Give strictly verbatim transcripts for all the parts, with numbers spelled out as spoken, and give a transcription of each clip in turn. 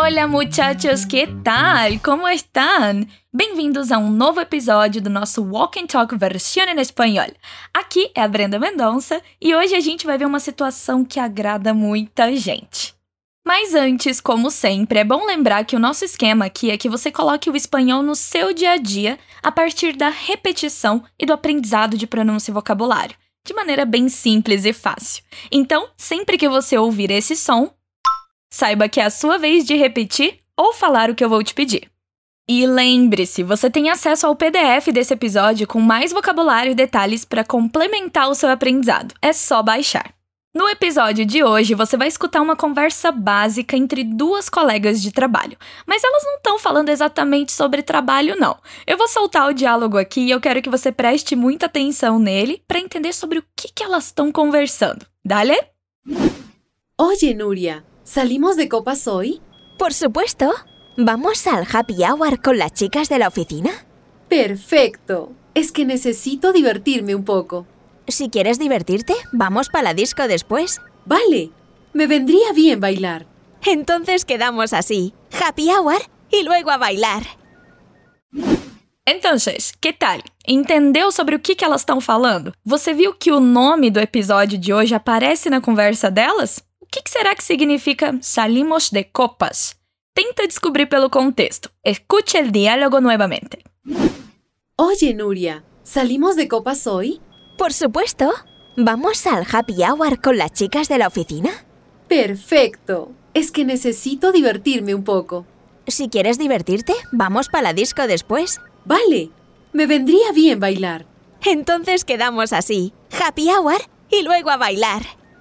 Hola muchachos, que tal? Como estão? Bem-vindos a um novo episódio do nosso Walk and Talk versão em espanhol. Aqui é a Brenda Mendonça e hoje a gente vai ver uma situação que agrada muita gente. Mas antes, como sempre, é bom lembrar que o nosso esquema aqui é que você coloque o espanhol no seu dia a dia a partir da repetição e do aprendizado de pronúncia e vocabulário, de maneira bem simples e fácil. Então, sempre que você ouvir esse som, saiba que é a sua vez de repetir ou falar o que eu vou te pedir. E lembre-se, você tem acesso ao P D F desse episódio com mais vocabulário e detalhes para complementar o seu aprendizado. É só baixar. No episódio de hoje, você vai escutar uma conversa básica entre duas colegas de trabalho. Mas elas não estão falando exatamente sobre trabalho, não. Eu vou soltar o diálogo aqui e eu quero que você preste muita atenção nele para entender sobre o que, que elas estão conversando. Dale? Oye, Nuria, ¿salimos de copas hoy? Por supuesto. ¿Vamos al happy hour con las chicas de la oficina? Perfecto. Es que necesito divertirme un poco. Si quieres divertirte, vamos para la disco después. Vale, me vendría bien bailar. Entonces quedamos así. Happy hour y luego a bailar. Entonces, que tal? Entendeu sobre o que, que elas estão falando? Você viu que o nome do episódio de hoje aparece na conversa delas? O que, que será que significa salimos de copas? Tenta descobrir pelo contexto. Escute el diálogo nuevamente. Oye, Nuria, ¿salimos de copas hoy? Por supuesto. ¿Vamos al happy hour con las chicas de la oficina? Perfecto. Es que necesito divertirme un poco. Si quieres divertirte, vamos para la disco después. Vale, me vendría bien bailar. Entonces quedamos así. Happy hour y luego a bailar.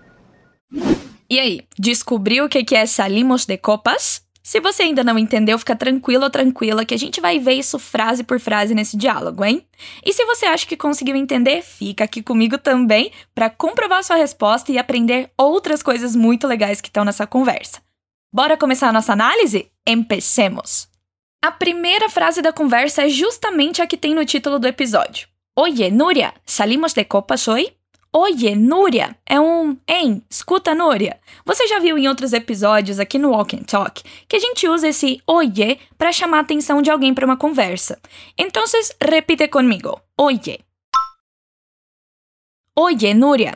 E aí, descobriu o que que é salimos de copas? Se você ainda não entendeu, fica tranquilo ou tranquila que a gente vai ver isso frase por frase nesse diálogo, hein? E se você acha que conseguiu entender, fica aqui comigo também para comprovar sua resposta e aprender outras coisas muito legais que estão nessa conversa. Bora começar a nossa análise? Empecemos! A primeira frase da conversa é justamente a que tem no título do episódio. Oye, Nuria, ¿salimos de copas hoy? Oye, Nuria, é um hein, escuta, Nuria. Você já viu em outros episódios aqui no Walk and Talk que a gente usa esse oye para chamar a atenção de alguém para uma conversa. Então, repite comigo. Oye. Oye, Nuria.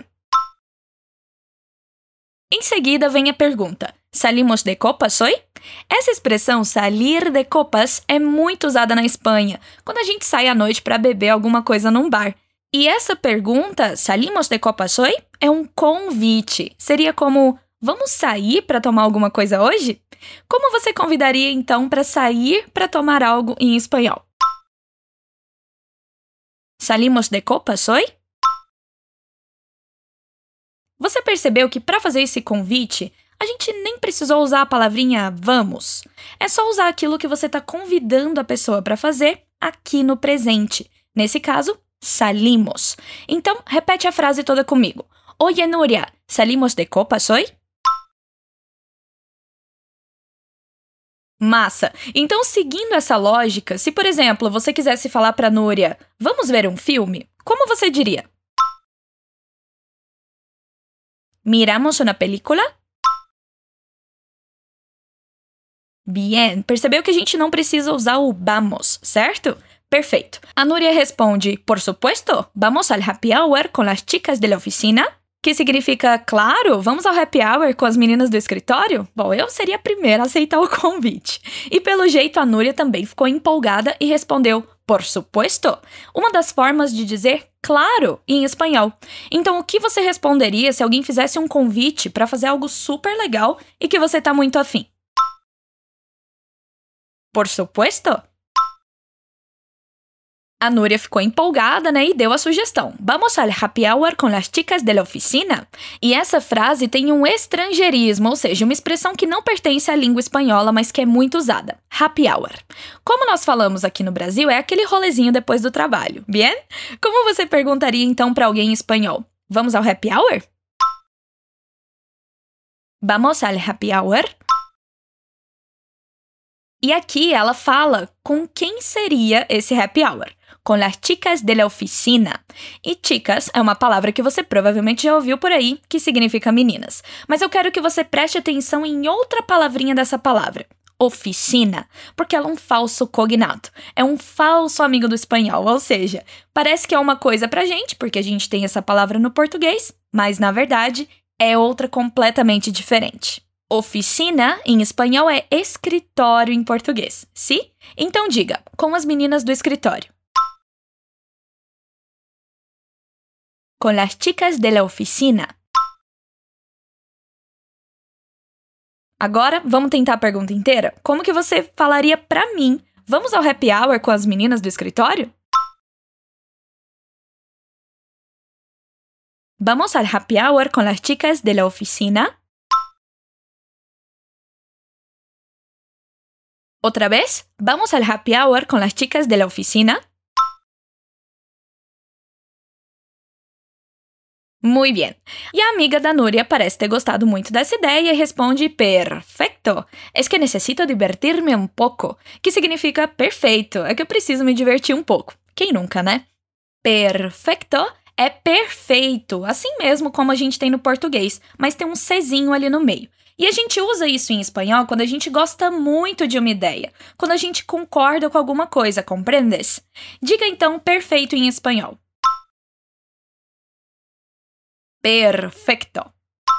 Em seguida vem a pergunta. Salimos de copas hoy? Essa expressão salir de copas é muito usada na Espanha, quando a gente sai à noite para beber alguma coisa num bar. E essa pergunta, salimos de copas hoy? É um convite. Seria como, vamos sair para tomar alguma coisa hoje? Como você convidaria, então, para sair para tomar algo em espanhol? Salimos de copas hoy? Você percebeu que para fazer esse convite, a gente nem precisou usar a palavrinha vamos. É só usar aquilo que você está convidando a pessoa para fazer aqui no presente. Nesse caso, salimos. Então, repete a frase toda comigo. Oye, Nuria, ¿salimos de copas hoy? Massa! Então, seguindo essa lógica, se, por exemplo, você quisesse falar para Núria, vamos ver um filme? Como você diria? ¿Miramos una película? Bien, percebeu que a gente não precisa usar o vamos, certo? Perfeito. A Núria responde, por supuesto, vamos al happy hour con las chicas de la oficina? Que significa, claro, vamos ao happy hour com as meninas do escritório? Bom, eu seria a primeira a aceitar o convite. E pelo jeito a Núria também ficou empolgada e respondeu, por supuesto, uma das formas de dizer claro em espanhol. Então, o que você responderia se alguém fizesse um convite para fazer algo super legal e que você tá muito afim? Por supuesto? A Núria ficou empolgada, né, e deu a sugestão. Vamos al happy hour com las chicas de la oficina? E essa frase tem um estrangeirismo, ou seja, uma expressão que não pertence à língua espanhola, mas que é muito usada. Happy hour. Como nós falamos aqui no Brasil, é aquele rolezinho depois do trabalho, bien? Como você perguntaria então para alguém em espanhol? Vamos ao happy hour? Vamos al happy hour? E aqui ela fala com quem seria esse happy hour. Com las chicas de la oficina. E chicas é uma palavra que você provavelmente já ouviu por aí, que significa meninas. Mas eu quero que você preste atenção em outra palavrinha dessa palavra. oficina, porque ela é um falso cognato. É um falso amigo do espanhol, ou seja, parece que é uma coisa pra gente, porque a gente tem essa palavra no português, mas na verdade é outra completamente diferente. Oficina, em espanhol, é escritório em português, sim? Então diga, com as meninas do escritório. Com las chicas de la oficina. Agora, vamos tentar a pergunta inteira? Como que você falaria pra mim? Vamos ao happy hour com as meninas do escritório? Vamos al happy hour con las chicas de la oficina? Otra vez, vamos al happy hour con las chicas de la oficina? Muy bien. E a amiga da Núria parece ter gostado muito dessa ideia e responde perfecto. Es que necesito divertir-me um pouco, que significa perfeito, é que eu preciso me divertir um pouco. Quem nunca, né? Perfecto é perfeito, assim mesmo como a gente tem no português, mas tem um Czinho ali no meio. E a gente usa isso em espanhol quando a gente gosta muito de uma ideia, quando a gente concorda com alguma coisa, compreendes? Diga então perfeito em espanhol. Perfecto.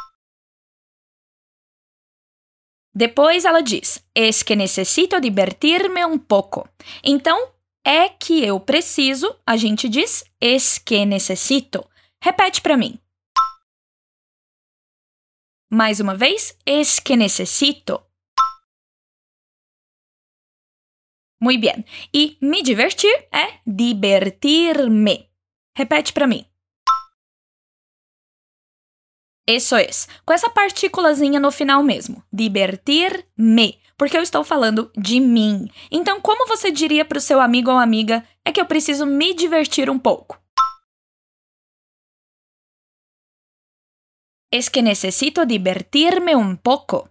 Depois ela diz, es que necesito divertir-me um pouco. Então, é que eu preciso, a gente diz, es que necesito. Repete para mim. Mais uma vez, es que necesito. Muy bien. E me divertir é divertir-me. Repete para mim. Isso é, com essa partículazinha no final mesmo. Divertir-me, porque eu estou falando de mim. Então, como você diria para o seu amigo ou amiga, é que eu preciso me divertir um pouco? Es que necesito divertir-me un poco.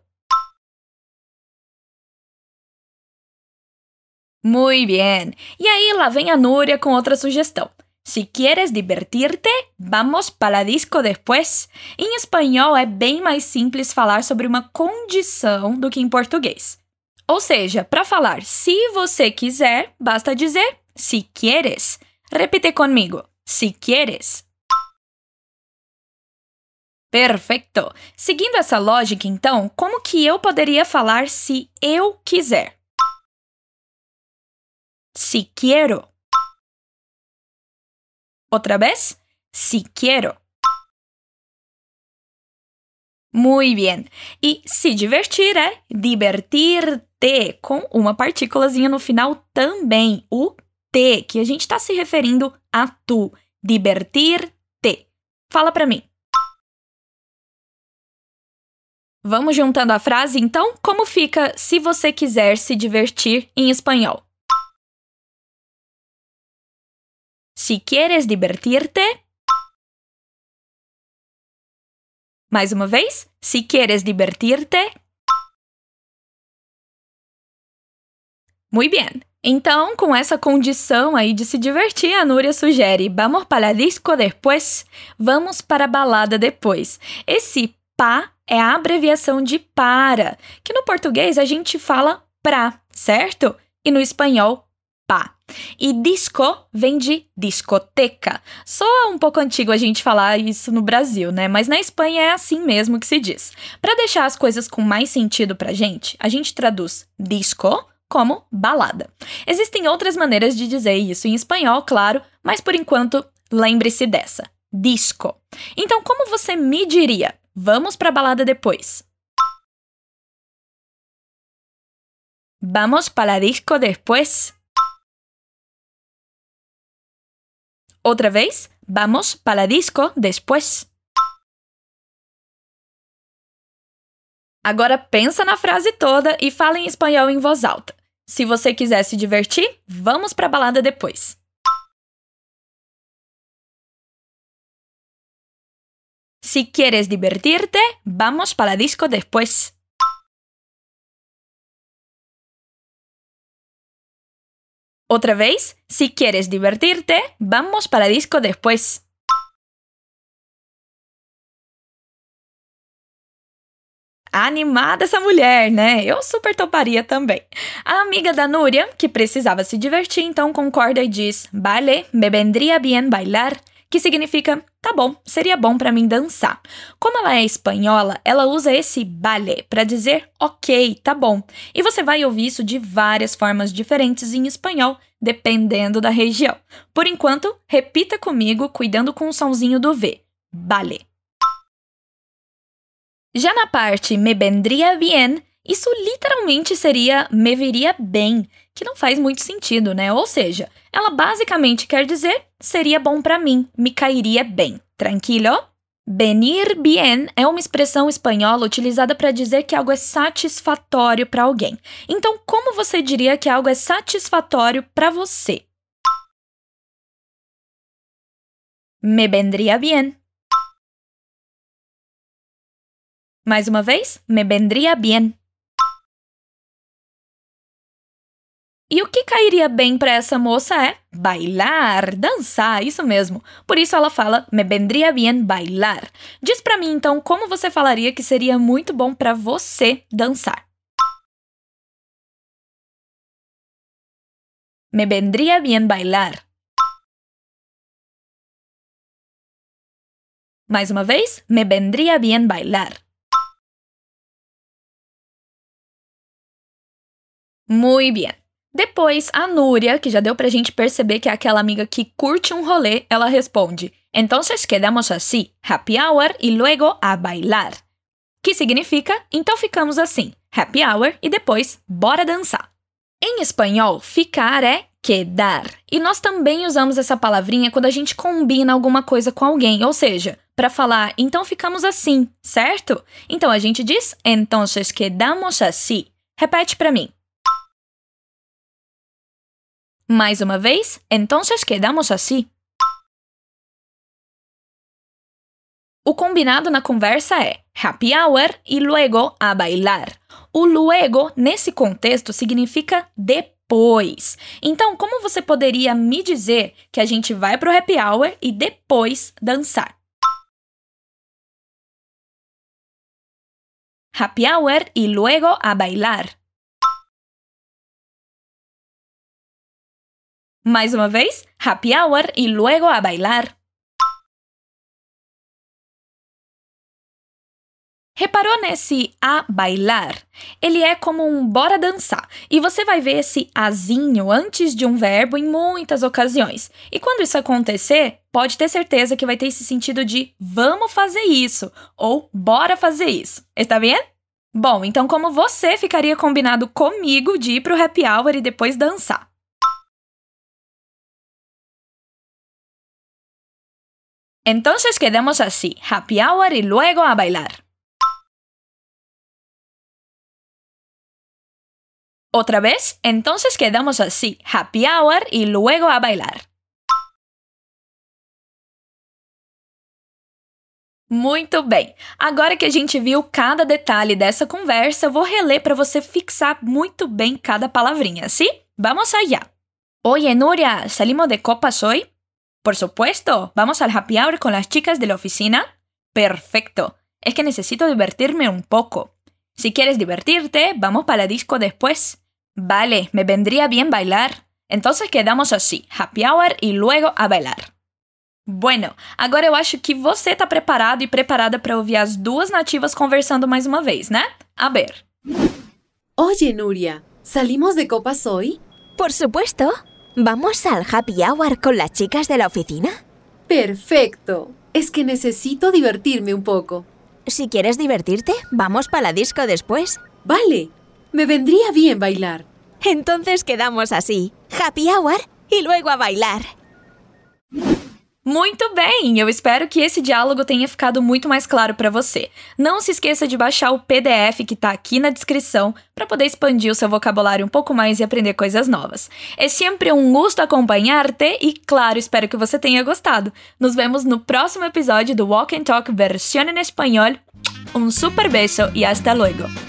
Muy bien. E aí, lá vem a Núria com outra sugestão. Si quieres divertirte, vamos para la disco después. Em espanhol, é bem mais simples falar sobre uma condição do que em português. Ou seja, para falar se você quiser, basta dizer si quieres. Repite comigo. Si quieres. Perfeito! Seguindo essa lógica, então, como que eu poderia falar se eu quiser? Si quiero. Outra vez? Si quiero. Muy bien. E se divertir é divertir-te, com uma partículazinha no final também, o te, que a gente está se referindo a tu. Divertir-te. Fala para mim. Vamos juntando a frase, então? Como fica se você quiser se divertir em espanhol? Si quieres divertirte. Mais uma vez. Si quieres divertirte. Muy bien. Então, com essa condição aí de se divertir, a Núria sugere vamos para disco después. Vamos para a balada depois. Esse pa é a abreviação de para, que no português a gente fala pra, certo? E no espanhol, pá. E disco vem de discoteca. Soa um pouco antigo a gente falar isso no Brasil, né? Mas na Espanha é assim mesmo que se diz. Para deixar as coisas com mais sentido pra gente, a gente traduz disco como balada. Existem outras maneiras de dizer isso em espanhol, claro, mas por enquanto, lembre-se dessa. Disco. Então, como você me diria? Vamos pra balada depois. Vamos para disco después. Outra vez, vamos para disco después. Agora pensa na frase toda e fala em espanhol em voz alta. Se você quiser se divertir, vamos para a balada depois. Si quieres divertirte, vamos para disco después. Outra vez, si quieres divertirte, vamos para disco después. Animada essa mulher, né? Eu super toparia também. A amiga da Núria, que precisava se divertir, então concorda e diz: Vale, me vendría bien bailar, que significa, tá bom, seria bom pra mim dançar. Como ela é espanhola, ela usa esse vale pra dizer ok, tá bom. E você vai ouvir isso de várias formas diferentes em espanhol, dependendo da região. Por enquanto, repita comigo, cuidando com o sonzinho do V. Vale. Já na parte me vendría bien, isso literalmente seria me viria bem, que não faz muito sentido, né? Ou seja, ela basicamente quer dizer seria bom pra mim, me cairia bem. Tranquilo? Venir bien é uma expressão espanhola utilizada para dizer que algo é satisfatório para alguém. Então, como você diria que algo é satisfatório para você? Me vendría bien. Mais uma vez, me vendría bien. E o que cairia bem para essa moça é bailar, dançar, isso mesmo. Por isso ela fala, me vendría bien bailar. Diz pra mim, então, como você falaria que seria muito bom para você dançar. Me vendría bien bailar. Mais uma vez, me vendría bien bailar. Muy bien. Depois, a Núria, que já deu pra gente perceber que é aquela amiga que curte um rolê, ela responde: Entonces quedamos así, happy hour y luego a bailar. Que significa, então ficamos assim, happy hour e depois bora dançar. Em espanhol, ficar é quedar. E nós também usamos essa palavrinha quando a gente combina alguma coisa com alguém, ou seja, para falar, então ficamos assim, certo? Então a gente diz, entonces quedamos así. Repete pra mim. Mais uma vez, entonces quedamos así. O combinado na conversa é happy hour e luego a bailar. O luego, nesse contexto, significa depois. Então, como você poderia me dizer que a gente vai pro happy hour e depois dançar? Happy hour y luego a bailar. Mais uma vez, happy hour y luego a bailar. Reparou nesse a bailar? Ele é como um bora dançar. E você vai ver esse azinho antes de um verbo em muitas ocasiões. E quando isso acontecer, pode ter certeza que vai ter esse sentido de vamos fazer isso ou bora fazer isso. Está bem? Bom, então como você ficaria combinado comigo de ir pro happy hour e depois dançar? Entonces quedamos así, happy hour y luego a bailar. Otra vez, entonces quedamos así, happy hour y luego a bailar. Muito bem! Agora que a gente viu cada detalhe dessa conversa, eu vou reler para você fixar muito bem cada palavrinha, ¿sí? Vamos allá! Oye, Núria, ¿salimos de copas hoy? Por supuesto, ¿vamos al happy hour con las chicas de la oficina? Perfecto, es que necesito divertirme un poco. Si quieres divertirte, vamos para la disco después. Vale, me vendría bien bailar. Entonces quedamos así, happy hour y luego a bailar. Bueno, agora eu acho que você tá preparado e preparada para ouvir as duas nativas conversando mais uma vez, né? A ver. Oye, Núria, ¿salimos de copas hoy? Por supuesto. ¿Vamos al happy hour con las chicas de la oficina? Perfecto. Es que necesito divertirme un poco. Si quieres divertirte, vamos para la disco después. Vale, me vendría bien bailar. Entonces quedamos así, happy hour y luego a bailar. Muito bem! Eu espero que esse diálogo tenha ficado muito mais claro para você. Não se esqueça de baixar o P D F que está aqui na descrição para poder expandir o seu vocabulário um pouco mais e aprender coisas novas. É sempre um gosto acompanhar-te e, claro, espero que você tenha gostado. Nos vemos no próximo episódio do Walk and Talk Versión en Español. Um super beijo e hasta luego!